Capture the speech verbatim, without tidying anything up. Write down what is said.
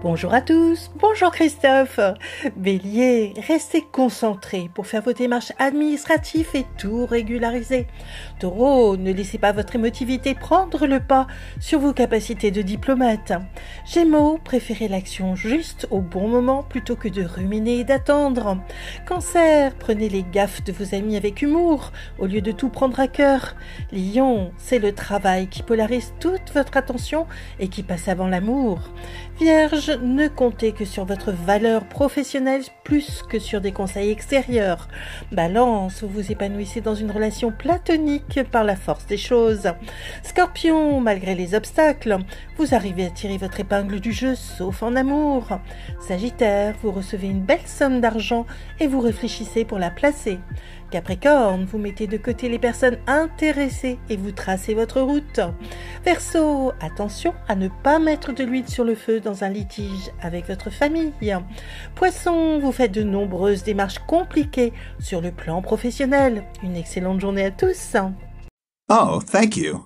Bonjour à tous, bonjour Christophe. Bélier, restez concentré pour faire vos démarches administratives et tout régulariser. Taureau, ne laissez pas votre émotivité prendre le pas sur vos capacités de diplomate. Gémeaux, préférez l'action juste au bon moment plutôt que de ruminer et d'attendre. Cancer, prenez les gaffes de vos amis avec humour au lieu de tout prendre à cœur. Lion, c'est le travail qui polarise toute votre attention et qui passe avant l'amour. Vierge, ne comptez que sur votre valeur professionnelle plus que sur des conseils extérieurs. Balance, vous vous épanouissez dans une relation platonique par la force des choses. Scorpion, malgré les obstacles, vous arrivez à tirer votre épingle du jeu, sauf en amour. Sagittaire, vous recevez une belle somme d'argent et vous réfléchissez pour la placer. Capricorne, vous mettez de côté les personnes intéressées et vous tracez votre route. Verseau, attention à ne pas mettre de l'huile sur le feu dans un litige avec votre famille. Poisson, vous faites de nombreuses démarches compliquées sur le plan professionnel. Une excellente journée à tous. Oh, thank you.